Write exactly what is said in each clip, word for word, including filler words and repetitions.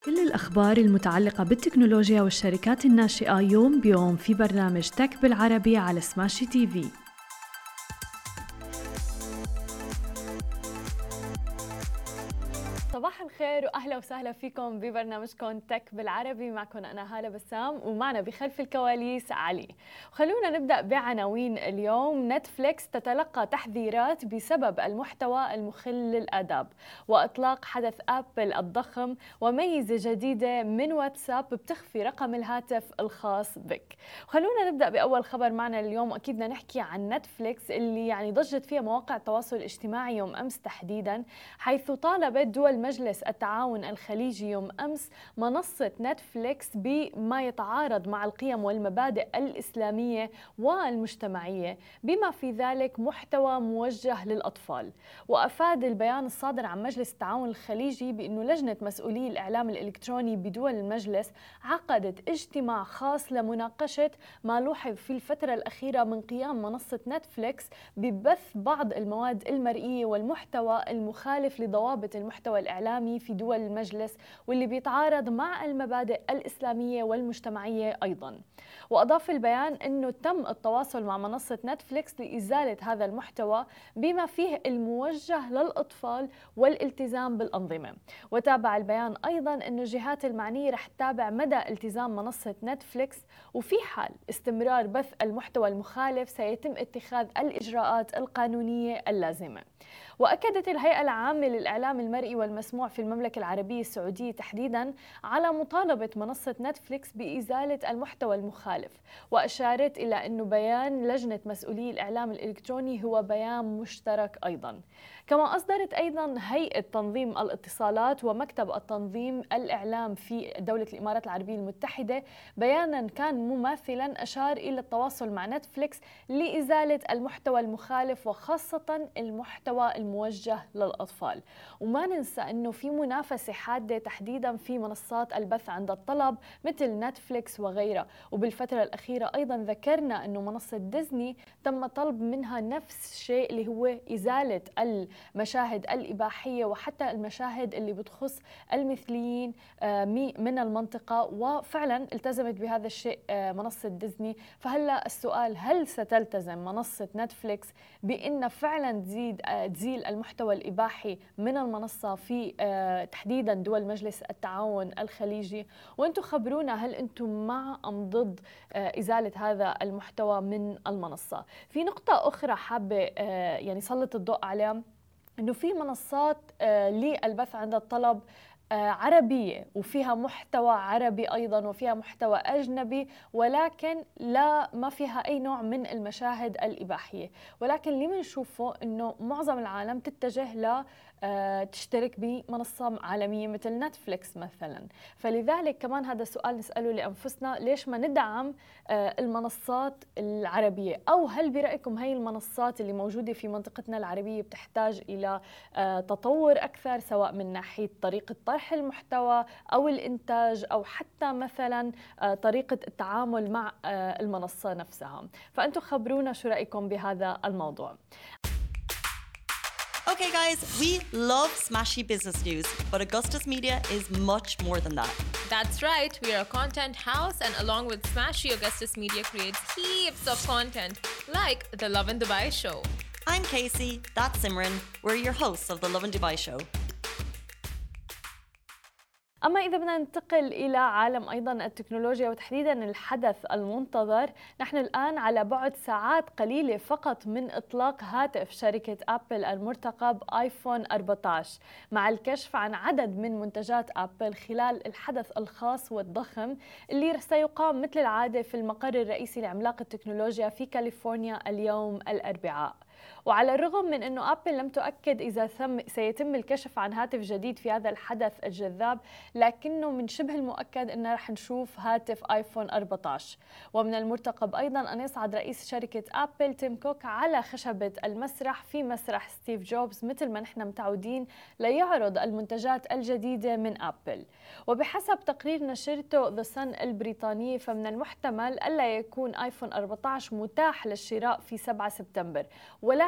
كل الأخبار المتعلقة بالتكنولوجيا والشركات الناشئة يوم بيوم في برنامج تك بالعربي على سماشي تي في. صباح الخير واهلا وسهلا فيكم ببرنامجكم تك بالعربي. معكم انا هالة بسام ومعنا بخلف الكواليس علي. خلونا نبدا بعناوين اليوم. نتفليكس تتلقى تحذيرات بسبب المحتوى المخل للاداب، واطلاق حدث ابل الضخم، وميزه جديده من واتساب بتخفي رقم الهاتف الخاص بك. خلونا نبدا باول خبر معنا اليوم، واكيد بدنا نحكي عن نتفليكس اللي يعني ضجت فيها مواقع التواصل الاجتماعي يوم امس تحديدا، حيث طالبت دول مجلس التعاون الخليجي يوم أمس منصة نتفليكس بما يتعارض مع القيم والمبادئ الإسلامية والمجتمعية، بما في ذلك محتوى موجه للأطفال. وأفاد البيان الصادر عن مجلس التعاون الخليجي بأنه لجنة مسؤولي الإعلام الإلكتروني بدول المجلس عقدت اجتماع خاص لمناقشة ما لوحظ في الفترة الأخيرة من قيام منصة نتفليكس ببث بعض المواد المرئية والمحتوى المخالف لضوابط المحتوى الإعلامي في دول المجلس، واللي بيتعارض مع المبادئ الإسلامية والمجتمعية أيضاً. وأضاف البيان أنه تم التواصل مع منصة نتفليكس لإزالة هذا المحتوى بما فيه الموجه للأطفال والالتزام بالأنظمة. وتابع البيان أيضاً أن الجهات المعنية رح تتابع مدى التزام منصة نتفليكس، وفي حال استمرار بث المحتوى المخالف سيتم اتخاذ الإجراءات القانونية اللازمة. وأكدت الهيئة العامة للإعلام المرئي والمسموع في المملكة العربية السعودية تحديداً على مطالبة منصة نتفليكس بإزالة المحتوى المخالف، وأشارت إلى أنه بيان لجنة مسؤولي الإعلام الإلكتروني هو بيان مشترك أيضاً. كما أصدرت أيضاً هيئة تنظيم الاتصالات ومكتب التنظيم الإعلام في دولة الإمارات العربية المتحدة بياناً كان مماثلاً أشار إلى التواصل مع نتفليكس لإزالة المحتوى المخالف، وخاصة المحتوى الموجه للأطفال. وما ننسى أنه في منافسة حادة تحديداً في منصات البث عند الطلب مثل نتفليكس وغيرها. وبالفترة الأخيرة أيضاً ذكرنا أنه منصة ديزني تم طلب منها نفس الشيء، اللي هو إزالة المشاهد الإباحية وحتى المشاهد اللي بتخص المثليين من المنطقة، وفعلاً التزمت بهذا الشيء منصة ديزني. فهلأ السؤال، هل ستلتزم منصة نتفليكس بأن فعلاً تزيد تزيل المحتوى الإباحي من المنصة في تحديداً دول مجلس التعاون الخليجي؟ وأنتم خبرونا، هل أنتم مع أم ضد إزالة هذا المحتوى من المنصة؟ في نقطة أخرى حابة يعني سلط الضوء عليها، أنه في منصات للبث عند الطلب عربية وفيها محتوى عربي أيضا وفيها محتوى أجنبي، ولكن لا ما فيها أي نوع من المشاهد الإباحية. ولكن اللي بنشوفه أنه معظم العالم تتجه ل تشترك بمنصة عالمية مثل نتفليكس مثلا. فلذلك كمان هذا السؤال نسأله لأنفسنا، ليش ما ندعم المنصات العربية؟ أو هل برأيكم هاي المنصات اللي موجودة في منطقتنا العربية بتحتاج إلى تطور أكثر، سواء من ناحية طريقة طرح المحتوى أو الإنتاج أو حتى مثلا طريقة التعامل مع المنصة نفسها؟ فأنتم خبرونا شو رأيكم بهذا الموضوع. Okay guys, we love smashy business news, but Augustus Media is much more than that. That's right, we are a content house, and along with Smashy, Augustus Media creates heaps of content, like the Lovin Dubai Show. I'm Casey, that's Simran, we're your hosts of the Lovin Dubai Show. أما إذا بدنا ننتقل إلى عالم أيضاً التكنولوجيا وتحديداً الحدث المنتظر، نحن الآن على بعد ساعات قليلة فقط من إطلاق هاتف شركة أبل المرتقب آيفون أربعة عشر، مع الكشف عن عدد من منتجات أبل خلال الحدث الخاص والضخم اللي سيقام مثل العادة في المقر الرئيسي لعملاق التكنولوجيا في كاليفورنيا اليوم الأربعاء. وعلى الرغم من أنه أبل لم تؤكد إذا سيتم الكشف عن هاتف جديد في هذا الحدث الجذاب، لكنه من شبه المؤكد أننا رح نشوف هاتف آيفون أربعة عشر. ومن المرتقب أيضا أن يصعد رئيس شركة أبل تيم كوك على خشبة المسرح في مسرح ستيف جوبز مثل ما نحن متعودين ليعرض المنتجات الجديدة من أبل. وبحسب تقرير نشرته ذا سن البريطانية، فمن المحتمل ألا يكون آيفون أربعة عشر متاح للشراء في سبعة سبتمبر، ولكن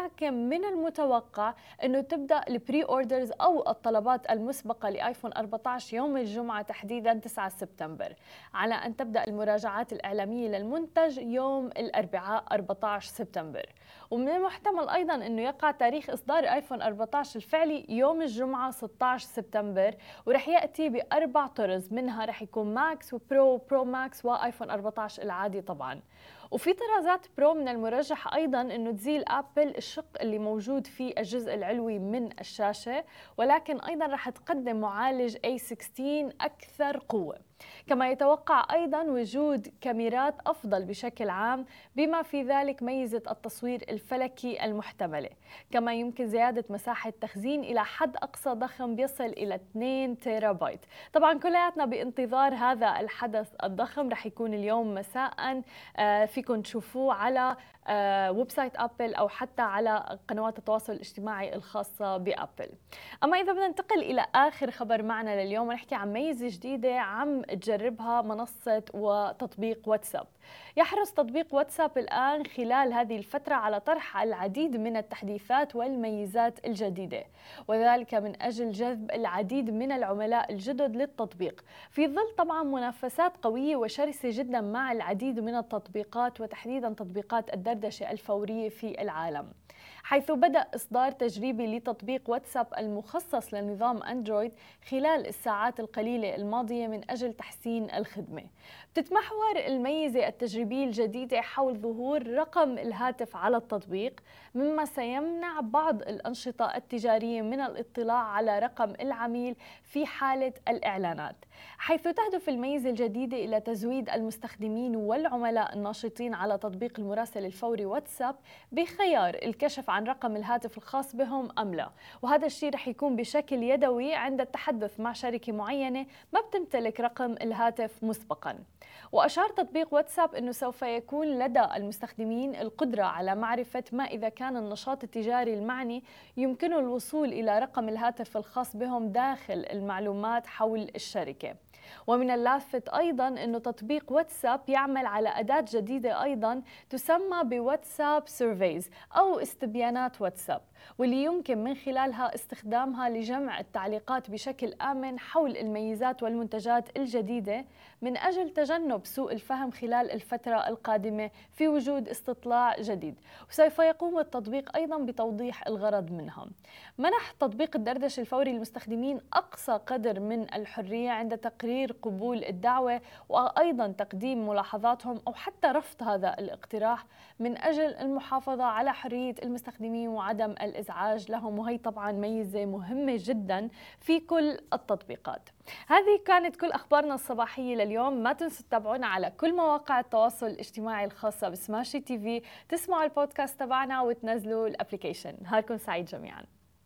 ولكن من المتوقع أنه تبدأ البري أوردرز أو الطلبات المسبقة لآيفون أربعة عشر يوم الجمعة تحديدا تسعة سبتمبر، على أن تبدأ المراجعات الإعلامية للمنتج يوم الأربعاء أربعة عشر سبتمبر. ومن المحتمل أيضا أنه يقع تاريخ إصدار آيفون أربعة عشر الفعلي يوم الجمعة ستة عشر سبتمبر، ورح يأتي بأربع طرز، منها رح يكون ماكس وبرو وبرو ماكس وآيفون أربعة عشر العادي طبعا. وفي طرازات برو من المرجح أيضاً أنه تزيل أبل الشق اللي موجود في الجزء العلوي من الشاشة، ولكن أيضاً رح تقدم معالج إيه ستة عشر أكثر قوة. كما يتوقع أيضاً وجود كاميرات أفضل بشكل عام، بما في ذلك ميزة التصوير الفلكي المحتملة. كما يمكن زيادة مساحة تخزين إلى حد أقصى ضخم بيصل إلى اثنين تيرا بايت. طبعاً كلياتنا بانتظار هذا الحدث الضخم، رح يكون اليوم مساءً، آه فيكم تشوفوه على آه ويب سايت أبل أو حتى على قنوات التواصل الاجتماعي الخاصة بأبل. أما إذا بدنا ننتقل إلى آخر خبر معنا لليوم، ونحكي عن ميزة جديدة عم تجربها منصة وتطبيق واتساب. يحرص تطبيق واتساب الآن خلال هذه الفترة على طرح العديد من التحديثات والميزات الجديدة، وذلك من أجل جذب العديد من العملاء الجدد للتطبيق، في ظل طبعا منافسات قوية وشرسة جدا مع العديد من التطبيقات، وتحديدا تطبيقات الدردشة الفورية في العالم. حيث بدأ إصدار تجريبي لتطبيق واتساب المخصص لنظام أندرويد خلال الساعات القليلة الماضية من أجل تحسين الخدمة. بتتمحور الميزة التجريبية الجديدة حول ظهور رقم الهاتف على التطبيق، مما سيمنع بعض الأنشطة التجارية من الاطلاع على رقم العميل في حالة الإعلانات، حيث تهدف الميزة الجديدة إلى تزويد المستخدمين والعملاء الناشطين على تطبيق المراسل الفوري واتساب بخيار الكشف عن رقم الهاتف الخاص بهم أم لا، وهذا الشيء رح يكون بشكل يدوي عند التحدث مع شركة معينة ما بتمتلك رقم الهاتف مسبقاً. وأشار تطبيق واتساب أنه سوف يكون لدى المستخدمين القدرة على معرفة ما إذا كان النشاط التجاري المعني يمكنه الوصول إلى رقم الهاتف الخاص بهم داخل المعلومات حول الشركة. ومن اللافت أيضاً أنه تطبيق واتساب يعمل على أداة جديدة أيضاً تسمى بواتساب سيرفيز أو استبيانات واتساب، واللي يمكن من خلالها استخدامها لجمع التعليقات بشكل آمن حول الميزات والمنتجات الجديدة، من أجل تجنب سوء الفهم خلال الفترة القادمة في وجود استطلاع جديد. وسوف يقوم التطبيق أيضاً بتوضيح الغرض منها. منح تطبيق الدردشة الفوري للمستخدمين أقصى قدر من الحرية عند تقرير قبول الدعوة، وأيضاً تقديم ملاحظاتهم أو حتى رفض هذا الاقتراح، من أجل المحافظة على حرية المستخدمين وعدم الإزعاج لهم، وهي طبعاً ميزة مهمة جداً في كل التطبيقات. هذه كانت كل أخبارنا الصباحية لليوم. ما تنسوا تتابعونا على كل مواقع التواصل الاجتماعي الخاصة بسماشي تي في، تسمعوا البودكاست تبعنا وتنزلوا الابليكيشن. نهاركم سعيد جميعاً.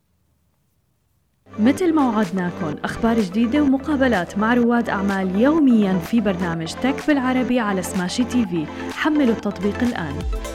مثل ما وعدناكم أخبار جديدة ومقابلات مع رواد أعمال يومياً في برنامج تك بالعربي على سماشي تي في. حملوا التطبيق الآن.